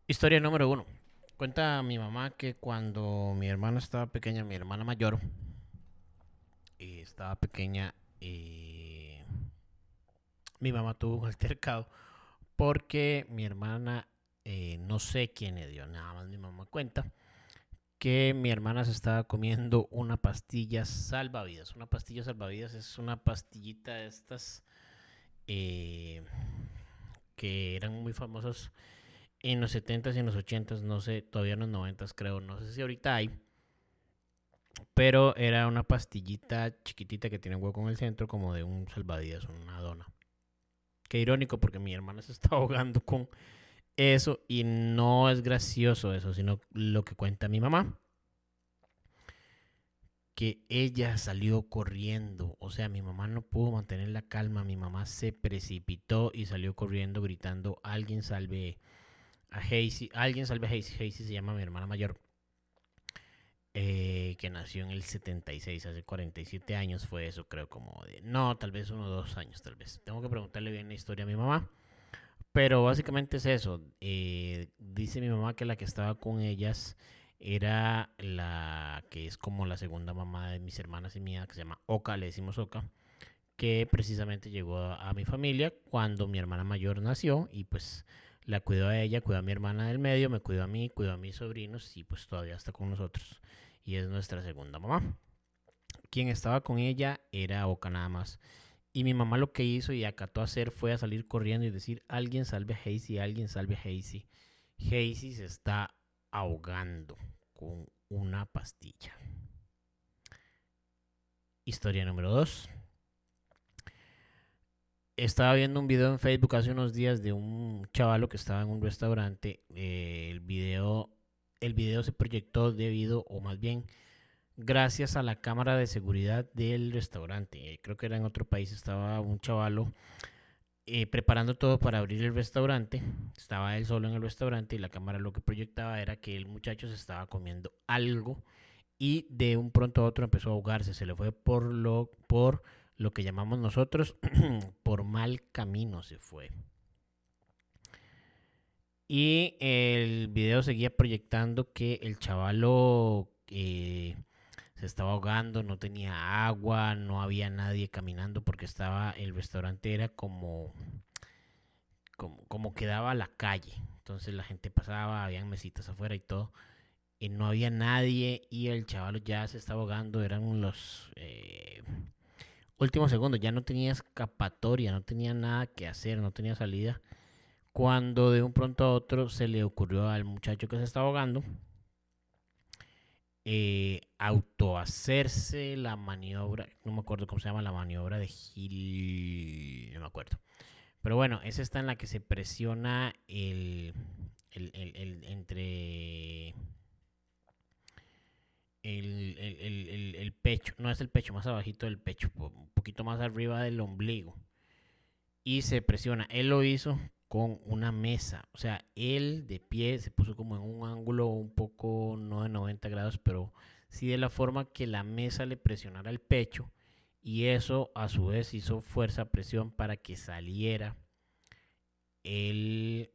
Historia número uno. Cuenta mi mamá que cuando mi hermana estaba pequeña, mi hermana mayor, estaba pequeña, mi mamá tuvo un altercado porque mi hermana, no sé quién le dio, nada más mi mamá cuenta, que mi hermana se estaba comiendo una pastilla salvavidas. Una pastilla salvavidas es una pastillita de estas eh, que eran muy famosas en los 70s y en los 80s, no sé, todavía en los 90s creo, no sé si ahorita hay, pero era una pastillita chiquitita que tiene un hueco en el centro como de un salvavidas, una dona. Qué irónico porque mi hermana se está ahogando con eso y no es gracioso eso, sino lo que cuenta mi mamá, que ella salió corriendo, o sea, mi mamá no pudo mantener la calma, mi mamá se precipitó y salió corriendo gritando, alguien salve a Hazy, alguien salve a Hazy, Hazy se llama mi hermana mayor, que nació en el 76, hace 47 años fue eso, creo, como de, no, tal vez 1 o 2 años, tal vez. Tengo que preguntarle bien la historia a mi mamá, pero básicamente es eso. Dice mi mamá que la que estaba con ellas era la que es como la segunda mamá de mis hermanas y mía, que se llama Oka, le decimos Oka, que precisamente llegó a mi familia cuando mi hermana mayor nació y pues la cuidó a ella, cuidó a mi hermana del medio, me cuidó a mí, cuidó a mis sobrinos y pues todavía está con nosotros y es nuestra segunda mamá. Quien estaba con ella era Oka nada más. Y mi mamá lo que hizo y acató a hacer fue a salir corriendo y decir, alguien salve a Hazy, alguien salve a Hazy. Hazy se está ahogando con una pastilla. Historia número 2. Estaba viendo un video en Facebook hace unos días de un chavalo que estaba en un restaurante. El video se proyectó debido, o más bien, gracias a la cámara de seguridad del restaurante. Creo que era en otro país. Estaba un chavalo preparando todo para abrir el restaurante. Estaba él solo en el restaurante y la cámara lo que proyectaba era que el muchacho se estaba comiendo algo y de un pronto a otro empezó a ahogarse. Se le fue por lo que llamamos nosotros por mal camino se fue. Y el video seguía proyectando que el chavalo se estaba ahogando, no tenía agua, no había nadie caminando porque el restaurante era como quedaba la calle. Entonces la gente pasaba, habían mesitas afuera y todo. Y no había nadie y el chaval ya se estaba ahogando. Eran los últimos segundos. Ya no tenía escapatoria, no tenía nada que hacer, no tenía salida. Cuando de un pronto a otro se le ocurrió al muchacho que se estaba ahogando autohacerse la maniobra. No me acuerdo cómo se llama la maniobra de Gil. No me acuerdo. Pero bueno, esa está en la que se presiona entre el pecho, no es el pecho, más abajito del pecho, un poquito más arriba del ombligo. Y se presiona. Él lo hizo con una mesa. O sea, él de pie se puso como en un ángulo un poco, no de 90 grados, pero sí de la forma que la mesa le presionara el pecho. Y eso a su vez hizo fuerza, presión para que saliera el,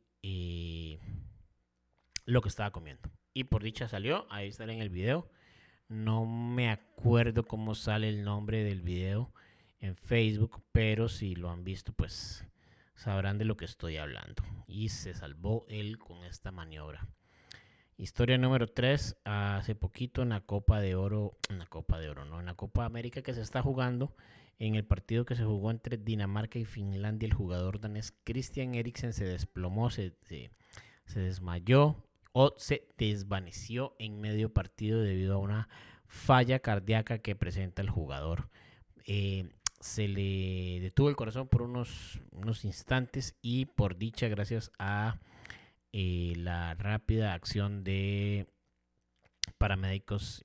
lo que estaba comiendo. Y por dicha salió, ahí está en el video. No me acuerdo cómo sale el nombre del video en Facebook, pero si lo han visto, pues sabrán de lo que estoy hablando. Y se salvó él con esta maniobra. Historia número 3. Hace poquito en la Copa de Oro, no, en la Copa América que se está jugando, en el partido que se jugó entre Dinamarca y Finlandia, el jugador danés Christian Eriksen se desplomó, se desmayó o se desvaneció en medio partido debido a una falla cardíaca que presenta el jugador. Se le detuvo el corazón por unos instantes y por dicha, gracias a la rápida acción de paramédicos,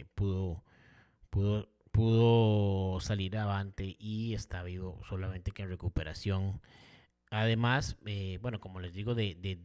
pudo salir avante y está vivo, solamente que en recuperación. Además, bueno, como les digo,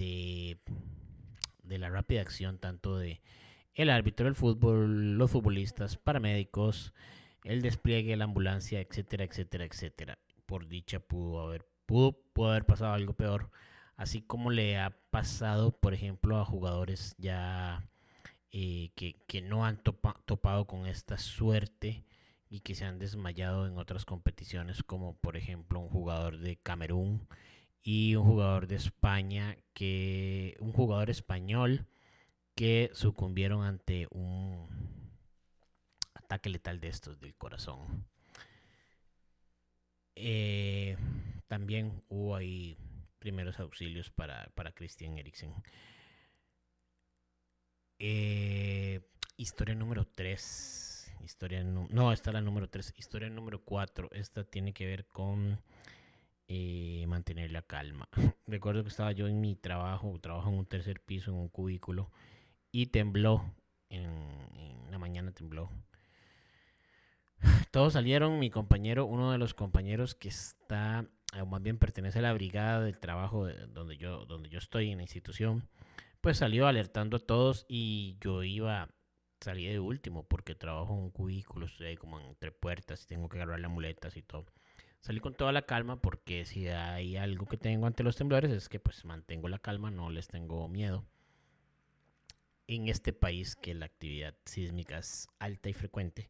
de la rápida acción tanto de el árbitro, el fútbol, los futbolistas, paramédicos, el despliegue, la ambulancia, etcétera, etcétera, etcétera. Por dicha pudo haber pasado algo peor así como le ha pasado, por ejemplo, a jugadores ya que no han topado con esta suerte y que se han desmayado en otras competiciones, como por ejemplo un jugador de Camerún y un jugador de España, un jugador español que sucumbieron ante un ataque letal de estos del corazón. Eh, También hubo ahí primeros auxilios para Christian Eriksen. Historia número 3. No, esta es la número 3. Historia número 4. Esta tiene que ver con mantener la calma. Recuerdo que estaba yo en mi trabajo en un tercer piso, en un cubículo, y tembló. En la mañana tembló. Todos salieron, mi compañero, uno de los compañeros que está, o más bien pertenece a la brigada del trabajo donde yo estoy en la institución, pues salió alertando a todos y salí de último porque trabajo en un cubículo, estoy ahí como entre puertas y tengo que agarrar las muletas y todo. Salí con toda la calma porque si hay algo que tengo ante los temblores es que pues mantengo la calma, no les tengo miedo. En este país que la actividad sísmica es alta y frecuente.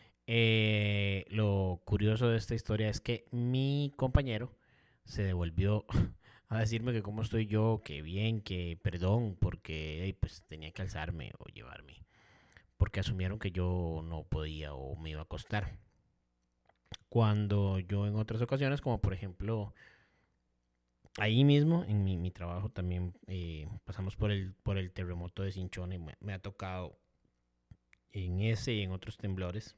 Lo curioso de esta historia es que mi compañero se devolvió a decirme que cómo estoy yo, que bien, que perdón, porque pues tenía que alzarme o llevarme, porque asumieron que yo no podía o me iba a acostar. Cuando yo en otras ocasiones, como por ejemplo ahí mismo en mi trabajo también pasamos por el terremoto de Sinchón y me ha tocado en ese y en otros temblores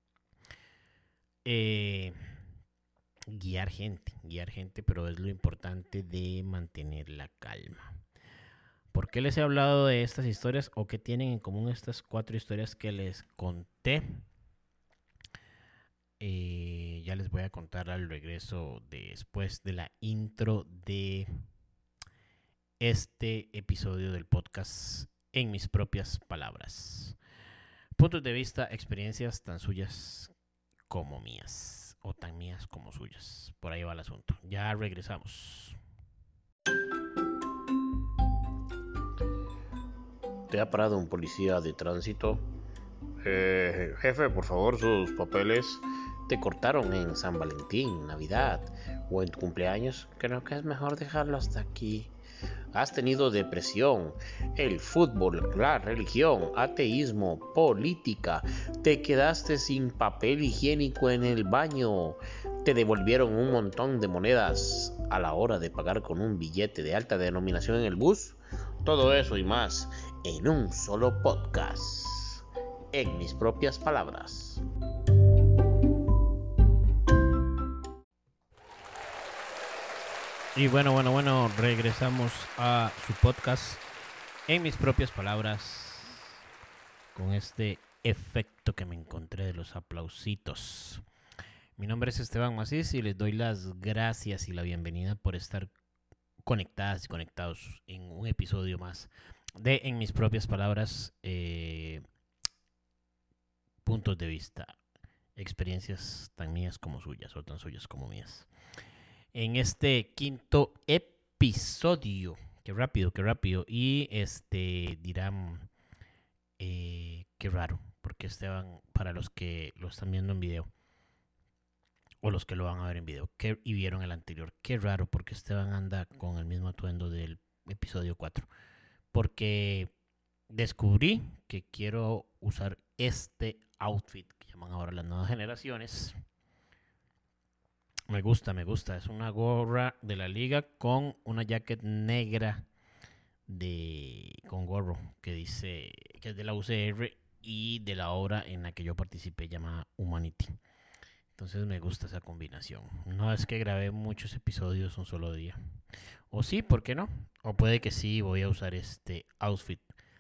eh, guiar gente, pero es lo importante de mantener la calma. ¿Por qué les he hablado de estas historias o qué tienen en común estas 4 historias que les conté? Ya les voy a contar al regreso después de la intro de este episodio del podcast en mis propias palabras. Puntos de vista, experiencias tan suyas como mías o tan mías como suyas. Por ahí va el asunto. Ya regresamos. ¿Te ha parado un policía de tránsito? Jefe, por favor, sus papeles. ¿Te cortaron en San Valentín, Navidad o en tu cumpleaños? Creo que es mejor dejarlo hasta aquí. ¿Has tenido depresión, el fútbol, la religión, ateísmo, política? ¿Te quedaste sin papel higiénico en el baño? ¿Te devolvieron un montón de monedas a la hora de pagar con un billete de alta denominación en el bus? Todo eso y más en un solo podcast, en mis propias palabras. Y bueno, regresamos a su podcast en mis propias palabras con este efecto que me encontré de los aplausitos. Mi nombre es Esteban Macís y les doy las gracias y la bienvenida por estar conectadas y conectados en un episodio más de En mis propias palabras, puntos de vista, experiencias tan mías como suyas o tan suyas como mías. En este quinto episodio, qué rápido, y dirán, qué raro, porque Esteban, para los que lo están viendo en video, o los que lo van a ver en video, y vieron el anterior, qué raro, porque Esteban anda con el mismo atuendo del episodio 4, porque descubrí que quiero usar este outfit que llaman ahora las nuevas generaciones. Me gusta, es una gorra de la liga con una jacket negra con gorro que dice que es de la UCR y de la obra en la que yo participé llamada Humanity. Entonces me gusta esa combinación. No es que grabé muchos episodios un solo día. O sí, ¿por qué no? O puede que sí, voy a usar este outfit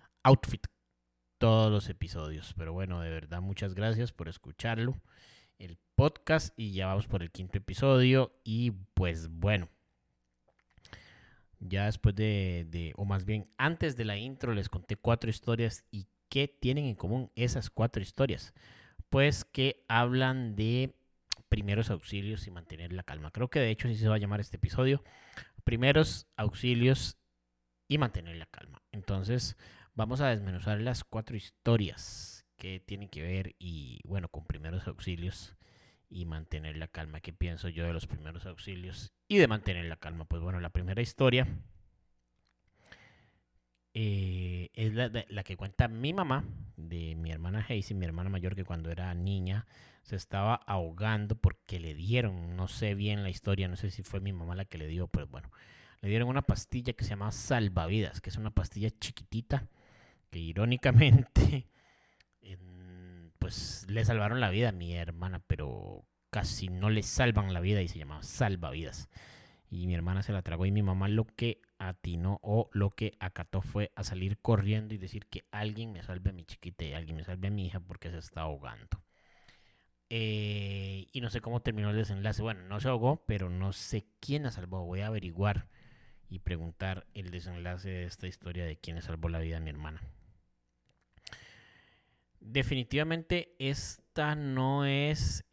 todos los episodios. Pero bueno, de verdad, muchas gracias por escucharlo, el podcast, y ya vamos por el quinto episodio. Y pues bueno, ya después o más bien antes de la intro, les conté 4 historias. ¿Y qué tienen en común esas 4 historias? Pues que hablan de primeros auxilios y mantener la calma. Creo que de hecho sí se va a llamar este episodio, primeros auxilios y mantener la calma. Entonces, vamos a desmenuzar las 4 historias que tienen que ver y bueno, con primeros auxilios y mantener la calma. ¿Qué pienso yo de los primeros auxilios y de mantener la calma? Pues bueno, la primera historia es la que cuenta mi mamá, de mi hermana Hazy, mi hermana mayor, que cuando era niña se estaba ahogando porque le dieron, no sé bien la historia, no sé si fue mi mamá la que le dio, pero bueno, le dieron una pastilla que se llama salvavidas, que es una pastilla chiquitita que irónicamente pues le salvaron la vida a mi hermana, pero casi no le salvan la vida y se llamaba salvavidas. Y mi hermana se la tragó y mi mamá lo que atinó o lo que acató fue a salir corriendo y decir que alguien me salve a mi chiquita y alguien me salve a mi hija porque se está ahogando. Y no sé cómo terminó el desenlace. Bueno, no se ahogó, pero no sé quién la salvó. Voy a averiguar y preguntar el desenlace de esta historia de quién le salvó la vida a mi hermana. Definitivamente esta no es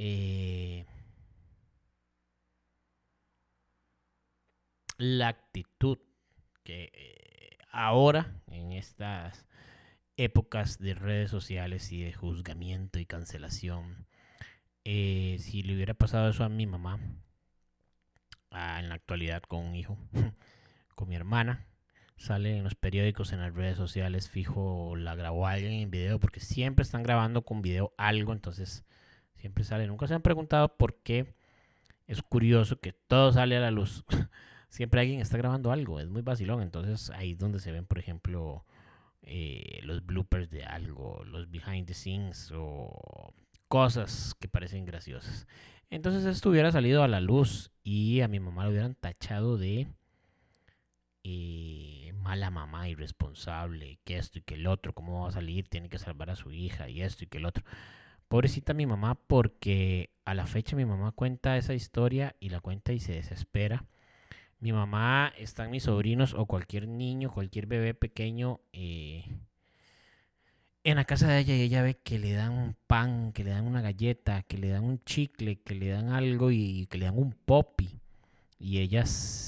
la actitud que ahora en estas épocas de redes sociales y de juzgamiento y cancelación, si le hubiera pasado eso a mi mamá en la actualidad con un hijo, con mi hermana, sale en los periódicos, en las redes sociales, fijo, la grabó alguien en video, porque siempre están grabando con video algo, entonces siempre sale. Nunca se han preguntado por qué. Es curioso que todo sale a la luz. Siempre alguien está grabando algo, es muy vacilón. Entonces ahí es donde se ven, por ejemplo, los bloopers de algo, los behind the scenes o cosas que parecen graciosas. Entonces esto hubiera salido a la luz y a mi mamá lo hubieran tachado de mala mamá, irresponsable, que esto y que el otro, cómo va a salir, tiene que salvar a su hija y esto y que el otro. Pobrecita mi mamá, porque a la fecha mi mamá cuenta esa historia y la cuenta y se desespera. Mi mamá, están mis sobrinos o cualquier niño, cualquier bebé pequeño en la casa de ella y ella ve que le dan un pan, que le dan una galleta, que le dan un chicle, que le dan algo y que le dan un poppy. Y ella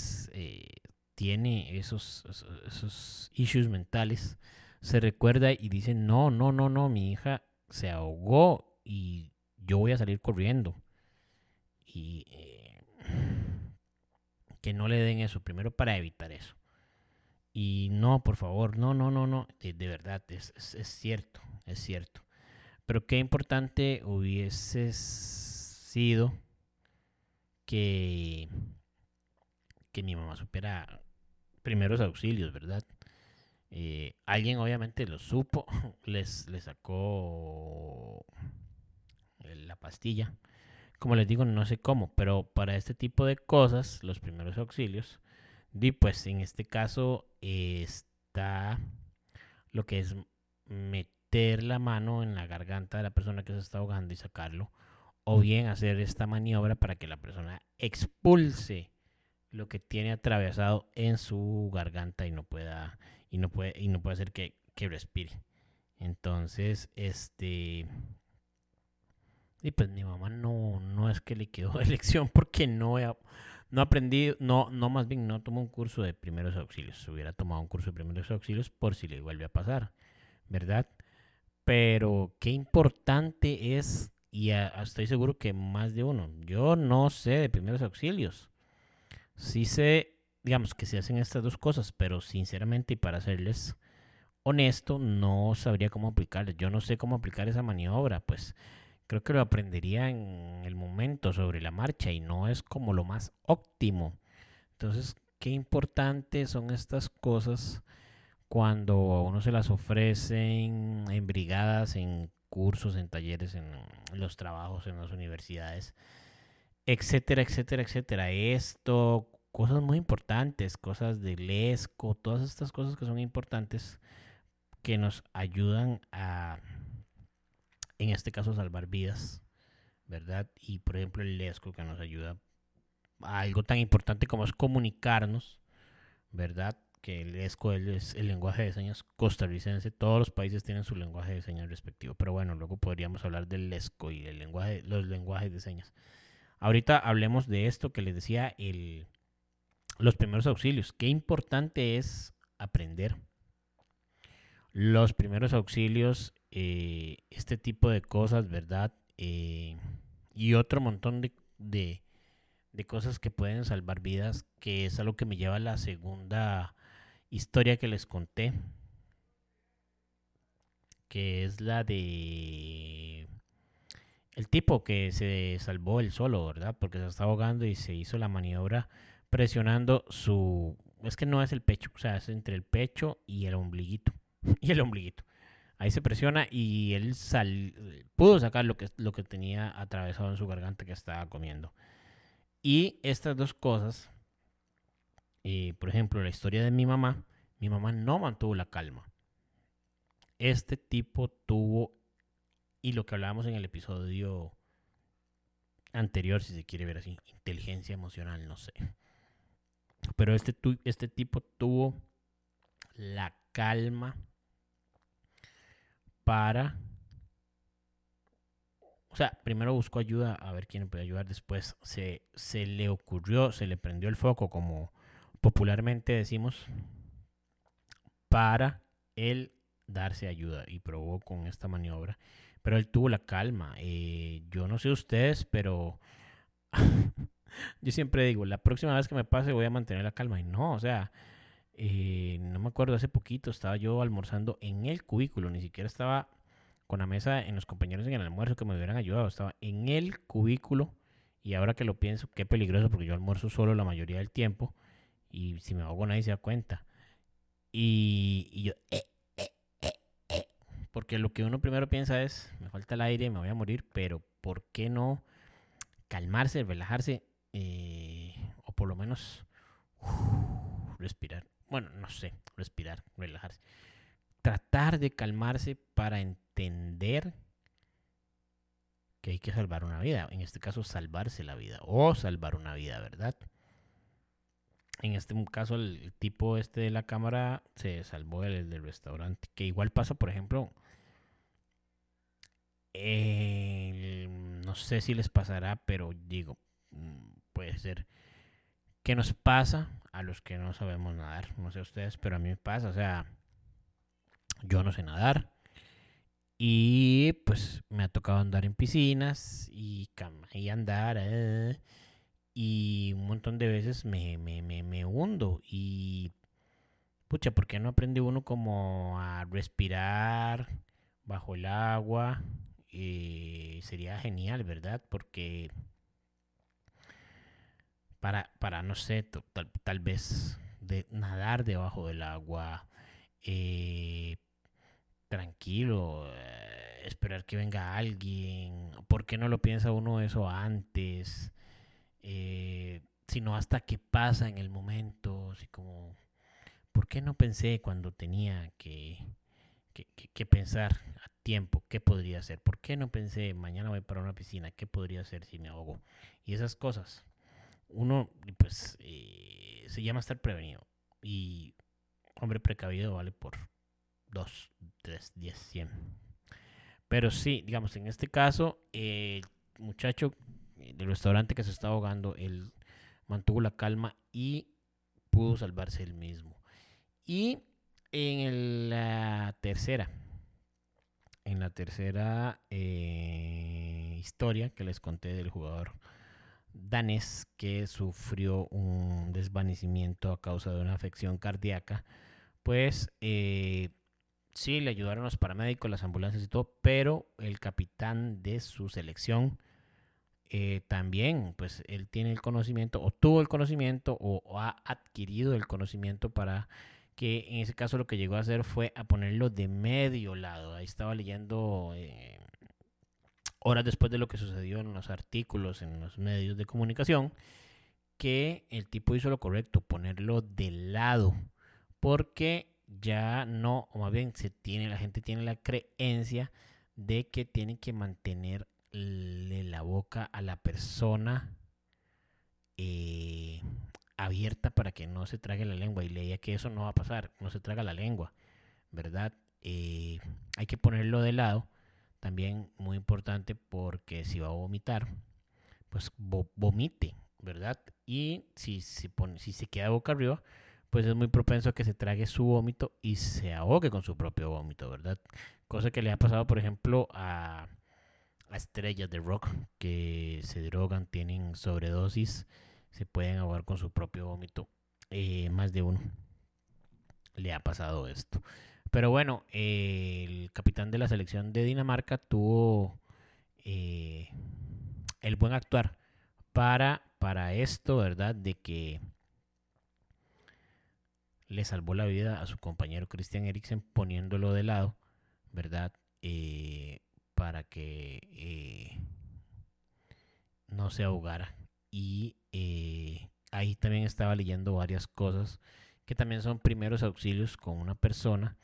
tiene esos issues mentales. Se recuerda y dice, no, no, no, no, mi hija se ahogó y yo voy a salir corriendo. Y que no le den eso, primero para evitar eso. Y no, por favor, no, no, no, no, de verdad, es cierto, es cierto. Pero qué importante hubiese sido que, que mi mamá supiera primeros auxilios, ¿verdad? Alguien obviamente lo supo, le sacó la pastilla. Como les digo, no sé cómo, pero para este tipo de cosas, los primeros auxilios, y pues en este caso está lo que es meter la mano en la garganta de la persona que se está ahogando y sacarlo, o bien hacer esta maniobra para que la persona expulse lo que tiene atravesado en su garganta y no puede hacer que respire. Entonces, y pues mi mamá no es que le quedó de lección porque no aprendí, no más bien no tomó un curso de primeros auxilios. Se hubiera tomado un curso de primeros auxilios por si le vuelve a pasar, ¿verdad? Pero qué importante es, y estoy seguro que más de uno, yo no sé de primeros auxilios. Sí sé, digamos, que se hacen estas dos cosas, pero sinceramente y para serles honesto, no sabría cómo aplicarles. Yo no sé cómo aplicar esa maniobra, pues creo que lo aprendería en el momento sobre la marcha y no es como lo más óptimo. Entonces, qué importantes son estas cosas cuando a uno se las ofrecen en brigadas, en cursos, en talleres, en los trabajos, en las universidades, etcétera, etcétera, etcétera. Esto, cosas muy importantes, cosas del ESCO, todas estas cosas que son importantes que nos ayudan a, en este caso, salvar vidas, ¿verdad? Y por ejemplo el ESCO que nos ayuda a algo tan importante como es comunicarnos, ¿verdad? Que el ESCO es el lenguaje de señas costarricense. Todos los países tienen su lenguaje de señas respectivo, pero bueno, luego podríamos hablar del ESCO y del lenguaje, los lenguajes de señas. Ahorita hablemos de esto que les decía, los primeros auxilios. Qué importante es aprender los primeros auxilios, este tipo de cosas, ¿verdad? Y otro montón de cosas que pueden salvar vidas, que es algo que me lleva a la segunda historia que les conté, que es la de el tipo que se salvó él solo, ¿verdad? Porque se estaba ahogando y se hizo la maniobra presionando su... Es que no es el pecho, o sea, es entre el pecho y el ombliguito. Y el ombliguito. Ahí se presiona y él pudo sacar lo que tenía atravesado en su garganta que estaba comiendo. Y estas dos cosas, por ejemplo, la historia de mi mamá no mantuvo la calma. Este tipo tuvo, y lo que hablábamos en el episodio anterior, si se quiere ver así, inteligencia emocional, no sé. Pero este tipo tuvo la calma para... O sea, primero buscó ayuda a ver quién le podía ayudar. Después se le ocurrió, se le prendió el foco, como popularmente decimos, para él darse ayuda y probó con esta maniobra. Pero él tuvo la calma. Yo no sé ustedes, pero yo siempre digo, la próxima vez que me pase voy a mantener la calma. Y no, o sea, no me acuerdo, hace poquito estaba yo almorzando en el cubículo, ni siquiera estaba con la mesa en los compañeros en el almuerzo que me hubieran ayudado, estaba en el cubículo y ahora que lo pienso, qué peligroso porque yo almuerzo solo la mayoría del tiempo y si me ahogo nadie se da cuenta. Y yo, porque lo que uno primero piensa es, me falta el aire, me voy a morir, pero ¿por qué no calmarse, relajarse o por lo menos respirar? Bueno, no sé, respirar, relajarse. Tratar de calmarse para entender que hay que salvar una vida. En este caso, salvarse la vida o salvar una vida, ¿verdad? En este caso, el tipo este de la cámara se salvó del restaurante. Que igual pasa, por ejemplo, no sé si les pasará, pero digo, puede ser que nos pasa a los que no sabemos nadar. No sé ustedes, pero a mí me pasa. O sea, yo no sé nadar. Y pues me ha tocado andar en piscinas y andar. Y un montón de veces me hundo. Y pucha, ¿por qué no aprende uno como a respirar bajo el agua? Sería genial, ¿verdad? Porque para no sé, tal vez de nadar debajo del agua, eh, tranquilo, esperar que venga alguien. ¿Por qué no lo piensa uno eso antes? Sino hasta que pasa en el momento, así como, ¿por qué no pensé cuando tenía que pensar a tiempo qué podría hacer? ¿Por qué no pensé mañana voy para una piscina, qué podría hacer si me ahogo? Y esas cosas. Uno, pues, se llama estar prevenido. Y hombre precavido vale por 2 3 10 100. Pero sí, digamos, en este caso, el muchacho del restaurante que se está ahogando, él mantuvo la calma y pudo salvarse él mismo. Y en la tercera historia que les conté del jugador danés que sufrió un desvanecimiento a causa de una afección cardíaca, pues sí, le ayudaron los paramédicos, las ambulancias y todo, pero el capitán de su selección también, pues él tiene el conocimiento, o tuvo el conocimiento, o ha adquirido el conocimiento para que en ese caso lo que llegó a hacer fue a ponerlo de medio lado. Ahí estaba leyendo horas después de lo que sucedió en los artículos, en los medios de comunicación, que el tipo hizo lo correcto, ponerlo de lado, porque ya no, o más bien la gente tiene la creencia de que tienen que mantenerle la boca a la persona eh, abierta para que no se trague la lengua. Y leía que eso no va a pasar, no se traga la lengua, ¿verdad? Hay que ponerlo de lado. También muy importante porque si va a vomitar, pues vomite, ¿verdad? Y si se queda boca arriba, pues es muy propenso a que se trague su vómito y se ahogue con su propio vómito, ¿verdad? Cosa que le ha pasado, por ejemplo, a estrellas de rock que se drogan, tienen sobredosis, se pueden ahogar con su propio vómito. Más de uno le ha pasado esto. Pero bueno, el capitán de la selección de Dinamarca tuvo eh, el buen actuar para esto, ¿verdad? De que le salvó la vida a su compañero Christian Eriksen poniéndolo de lado, ¿verdad? Para que no se ahogara. Y ahí también estaba leyendo varias cosas que también son primeros auxilios con una persona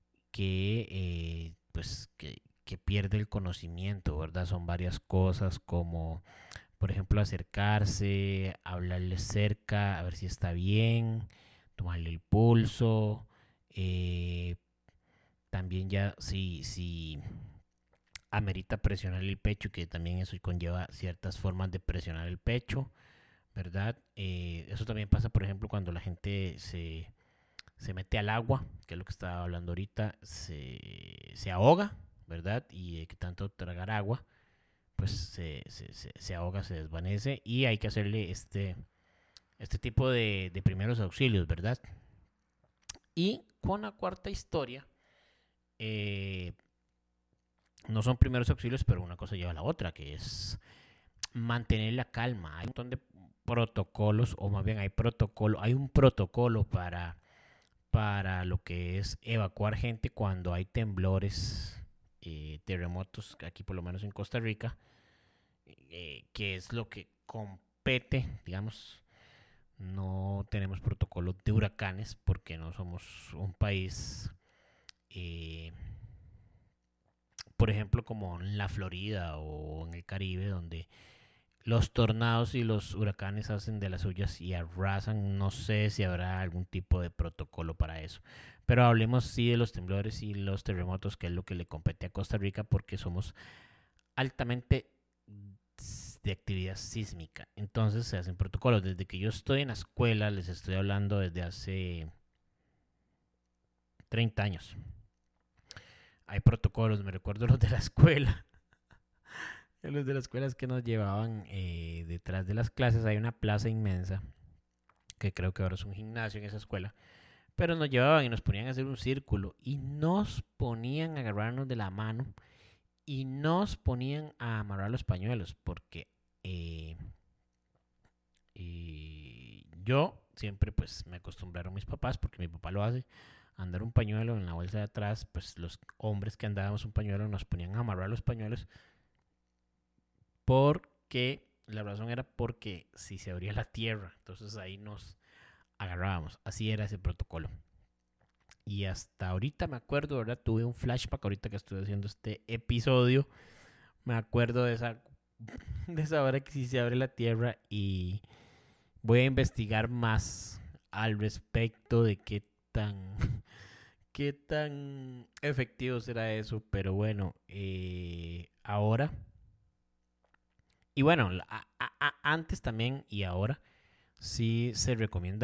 que pierde el conocimiento, ¿verdad? Son varias cosas como, por ejemplo, acercarse, hablarle cerca, a ver si está bien, tomarle el pulso, eh, también ya si amerita presionar el pecho, que también eso conlleva ciertas formas de presionar el pecho, ¿verdad? Eso también pasa, por ejemplo, cuando la gente se mete al agua, que es lo que estaba hablando ahorita, se ahoga, ¿verdad? Y que tanto tragar agua, pues se ahoga, se desvanece y hay que hacerle este tipo de primeros auxilios, ¿verdad? Y con la cuarta historia, eh, no son primeros auxilios, pero una cosa lleva a la otra, que es mantener la calma. Hay un montón de protocolos, o más bien hay un protocolo para lo que es evacuar gente cuando hay temblores, terremotos, aquí por lo menos en Costa Rica, que es lo que compete, digamos, no tenemos protocolo de huracanes porque no somos un país, eh, por ejemplo, como en la Florida o en el Caribe, donde los tornados y los huracanes hacen de las suyas y arrasan. No sé si habrá algún tipo de protocolo para eso. Pero hablemos sí de los temblores y los terremotos, que es lo que le compete a Costa Rica, porque somos altamente de actividad sísmica. Entonces se hacen protocolos. Desde que yo estoy en la escuela, les estoy hablando desde hace 30 años. Hay protocolos, me recuerdo los de la escuela. Los de las escuelas que nos llevaban detrás de las clases hay una plaza inmensa, que creo que ahora es un gimnasio en esa escuela, pero nos llevaban y nos ponían a hacer un círculo y nos ponían a agarrarnos de la mano y nos ponían a amarrar los pañuelos, porque yo siempre pues me acostumbraron mis papás, porque mi papá lo hace, a andar un pañuelo en la bolsa de atrás. Pues los hombres que andábamos un pañuelo nos ponían a amarrar los pañuelos, porque la razón era porque si se abría la tierra, entonces ahí nos agarrábamos. Así era ese protocolo. Y hasta ahorita me acuerdo, ¿verdad? Tuve un flashback ahorita que estoy haciendo este episodio. Me acuerdo de esa hora que sí se abre la tierra, y voy a investigar más al respecto de qué tan efectivo será eso. Pero bueno, ahora, y bueno, antes también y ahora, sí se recomienda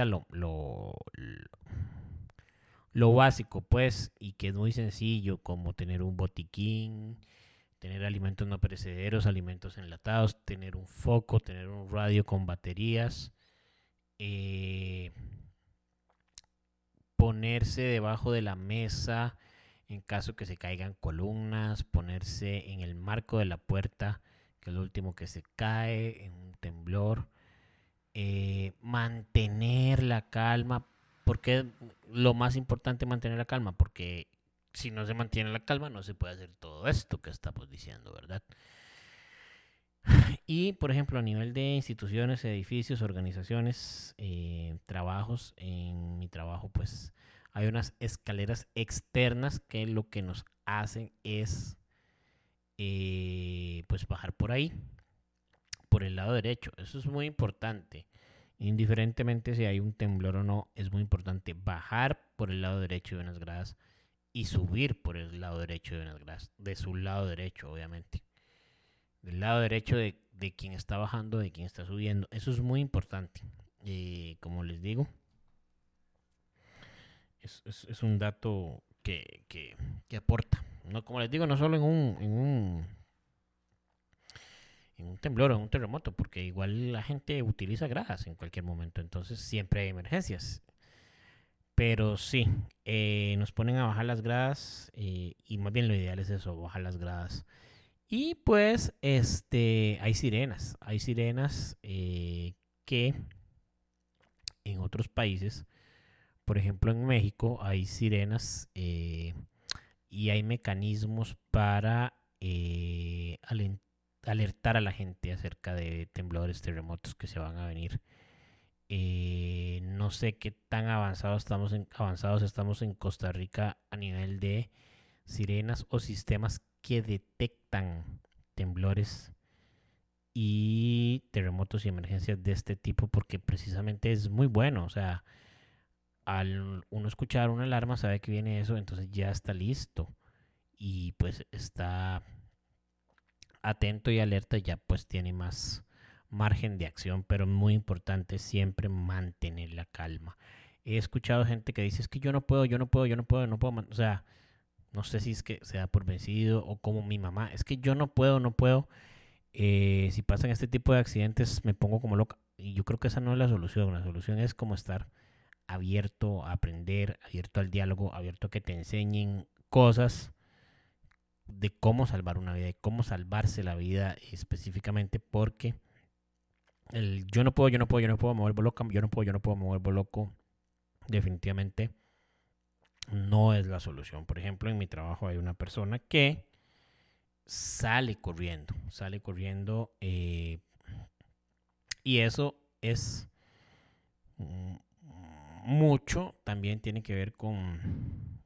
lo básico, pues, y que es muy sencillo, como tener un botiquín, tener alimentos no perecederos, alimentos enlatados, tener un foco, tener un radio con baterías, eh, ponerse debajo de la mesa en caso que se caigan columnas, ponerse en el marco de la puerta, que es lo último que se cae en un temblor, mantener la calma. Porque lo más importante es mantener la calma, porque si no se mantiene la calma no se puede hacer todo esto que estamos diciendo, ¿verdad? Y por ejemplo, a nivel de instituciones, edificios, organizaciones, trabajos, en mi trabajo pues hay unas escaleras externas que lo que nos hacen es pues bajar por ahí, por el lado derecho. Eso es muy importante. Indiferentemente si hay un temblor o no, es muy importante bajar por el lado derecho de unas gradas y subir por el lado derecho de unas gradas. De su lado derecho, obviamente. Del lado derecho de quién está bajando, de quién está subiendo. Eso es muy importante. Como les digo, es un dato que aporta. No, como les digo, no solo en un temblor o en un terremoto, porque igual la gente utiliza gradas en cualquier momento, entonces siempre hay emergencias. Pero sí, nos ponen a bajar las gradas y más bien lo ideal es eso, bajar las gradas. Y pues hay sirenas que en otros países, por ejemplo en México, hay sirenas y hay mecanismos para alertar a la gente acerca de temblores, terremotos que se van a venir. No sé qué tan avanzados estamos en Costa Rica a nivel de sirenas o sistemas que detectan temblores y terremotos y emergencias de este tipo, porque precisamente es muy bueno. O sea, al uno escuchar una alarma sabe que viene eso, entonces ya está listo y pues está atento y alerta, ya pues tiene más margen de acción, pero muy importante siempre mantener la calma. He escuchado gente que dice, es que yo no puedo, no puedo, o sea, no sé si es que se da por vencido o como mi mamá, es que yo no puedo, no puedo. Si pasan este tipo de accidentes me pongo como loca. Y yo creo que esa no es la solución es como estar abierto a aprender, abierto al diálogo, abierto a que te enseñen cosas de cómo salvar una vida, de cómo salvarse la vida específicamente, porque el me vuelvo loca, yo no puedo, me vuelvo loco, definitivamente no es la solución. Por ejemplo, en mi trabajo hay una persona que sale corriendo y eso es mm, mucho, también tiene que ver con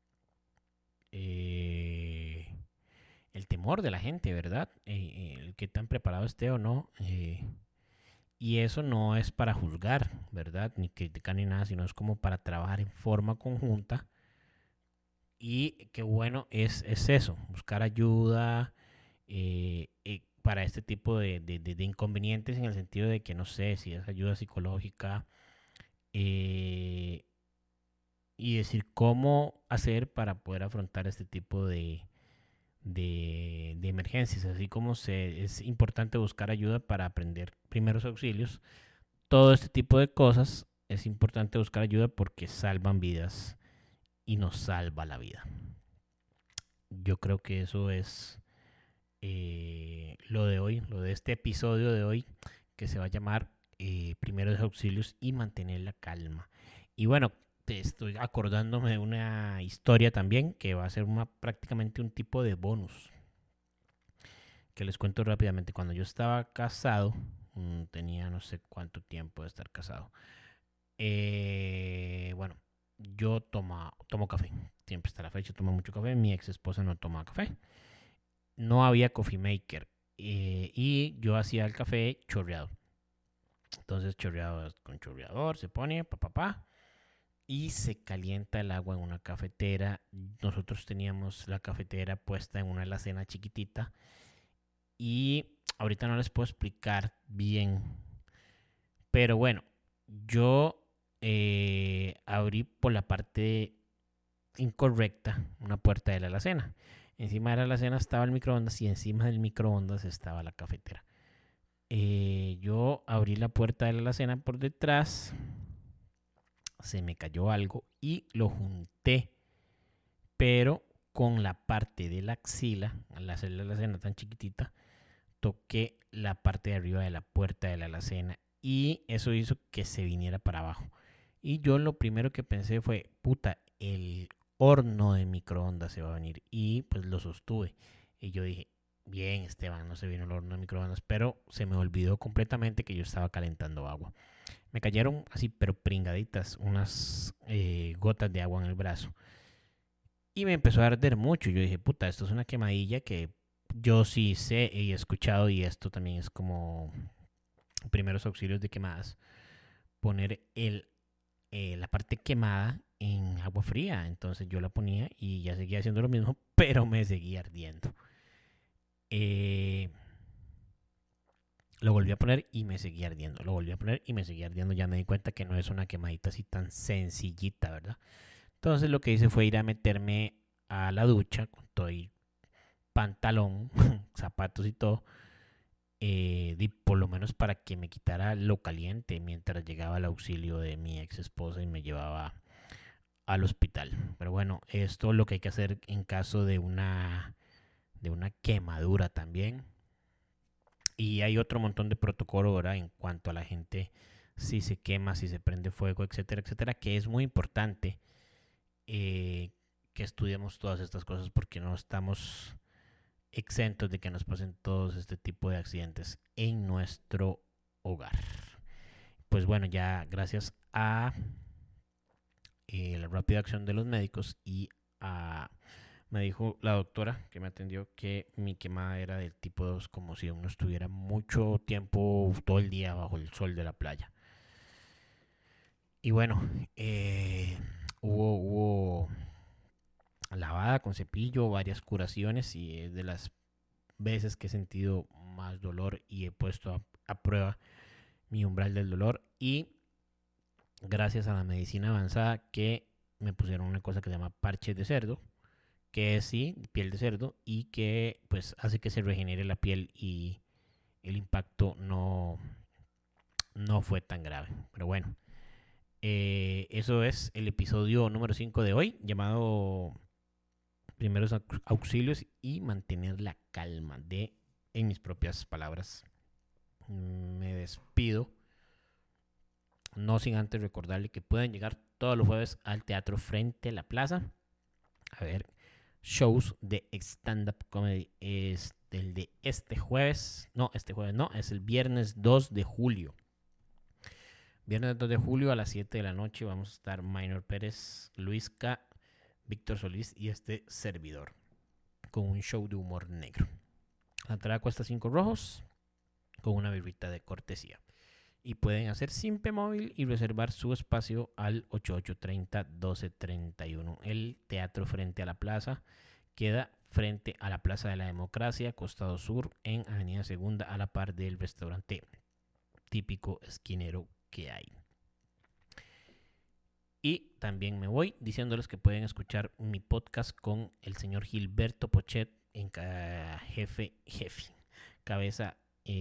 el temor de la gente, ¿verdad? El que tan preparado esté o no. Y eso no es para juzgar, ¿verdad? Ni criticar ni nada, sino es como para trabajar en forma conjunta. Y qué bueno es eso, buscar ayuda para este tipo de inconvenientes en el sentido de que no sé si es ayuda psicológica eh, y decir cómo hacer para poder afrontar este tipo de emergencias, así como es importante buscar ayuda para aprender primeros auxilios. Todo este tipo de cosas es importante buscar ayuda porque salvan vidas y nos salva la vida. Yo creo que eso es lo de hoy, lo de este episodio de hoy, que se va a llamar Primeros Auxilios y mantener la calma. Y bueno, te estoy acordándome de una historia también que va a ser prácticamente un tipo de bonus. Que les cuento rápidamente. Cuando yo estaba casado, tenía no sé cuánto tiempo de estar casado. Bueno, yo tomo café. Siempre hasta la fecha tomo mucho café. Mi ex esposa no toma café. No había coffee maker. Y yo hacía el café chorreado. Entonces chorreado con chorreador, se pone, y se calienta el agua en una cafetera. Nosotros teníamos la cafetera puesta en una alacena chiquitita. Y ahorita no les puedo explicar bien. Pero bueno, yo abrí por la parte incorrecta una puerta de la alacena. Encima de la alacena estaba el microondas y encima del microondas estaba la cafetera. Yo abrí la puerta de la alacena por detrás, se me cayó algo y lo junté, pero con la parte de la axila, al hacer la alacena tan chiquitita, toqué la parte de arriba de la puerta de la alacena y eso hizo que se viniera para abajo. Y yo lo primero que pensé fue, puta, el horno de microondas se va a venir. Y pues lo sostuve. Y yo dije, bien, Esteban, no se vino el horno de microondas, pero se me olvidó completamente que yo estaba calentando agua. Me cayeron así, pero pringaditas, unas gotas de agua en el brazo. Y me empezó a arder mucho. Yo dije, puta, esto es una quemadilla que yo sí sé y he escuchado, y esto también es como primeros auxilios de quemadas. Poner la parte quemada en agua fría. Entonces yo la ponía y ya seguía haciendo lo mismo, pero me seguía ardiendo. Eh, Lo volví a poner y me seguía ardiendo. Lo volví a poner y me seguía ardiendo. Ya me di cuenta que no es una quemadita así tan sencillita, ¿verdad? Entonces lo que hice fue ir a meterme a la ducha con todo y pantalón, zapatos y todo. Por lo menos para que me quitara lo caliente mientras llegaba el auxilio de mi ex esposa y me llevaba al hospital. Pero bueno, esto es lo que hay que hacer en caso de una quemadura también. Y hay otro montón de protocolo, ¿verdad? En cuanto a la gente, si se quema, si se prende fuego, etcétera, etcétera, que es muy importante que estudiemos todas estas cosas porque no estamos exentos de que nos pasen todos este tipo de accidentes en nuestro hogar. Pues bueno, ya gracias a la rápida acción de los médicos y a me dijo la doctora que me atendió que mi quemada era del tipo 2, como si uno estuviera mucho tiempo, todo el día bajo el sol de la playa. Y bueno, hubo lavada con cepillo, varias curaciones y es de las veces que he sentido más dolor y he puesto a prueba mi umbral del dolor. Y gracias a la medicina avanzada que me pusieron una cosa que se llama parches de cerdo, que es sí, piel de cerdo y que pues hace que se regenere la piel y el impacto no fue tan grave. Pero bueno, eso es el episodio número 5 de hoy, llamado Primeros Auxilios y mantener la calma. En mis propias palabras, me despido. No sin antes recordarle que pueden llegar todos los jueves al Teatro Frente a la Plaza a ver shows de stand-up comedy. Es el de este jueves no, es el viernes 2 de julio. Viernes 2 de julio a las 7 de la noche vamos a estar Minor Pérez, Luisca, Víctor Solís y este servidor con un show de humor negro. La entrada cuesta 5 rojos con una birrita de cortesía. Y pueden hacer Simpe Móvil y reservar su espacio al 8830-1231. El Teatro Frente a la Plaza queda frente a la Plaza de la Democracia, costado sur, en Avenida Segunda, a la par del restaurante típico esquinero que hay. Y también me voy diciéndoles que pueden escuchar mi podcast con el señor Gilberto Pochet en jefe, cabeza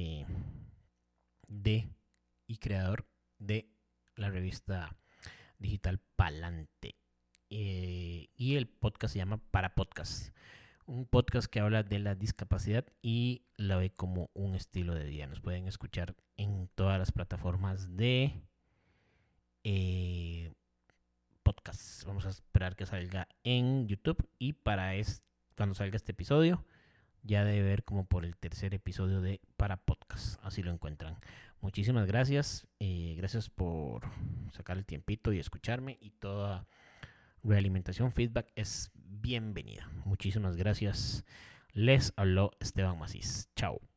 de y creador de la revista digital Palante. Y el podcast se llama Para Podcast, un podcast que habla de la discapacidad y la ve como un estilo de vida. Nos pueden escuchar en todas las plataformas de podcast. Vamos a esperar que salga en YouTube y cuando salga este episodio ya debe ver como por el tercer episodio de Para Podcast. Así lo encuentran. Muchísimas gracias. Gracias por sacar el tiempito y escucharme. Y toda realimentación, feedback es bienvenida. Muchísimas gracias. Les habló Esteban Macís. Chao.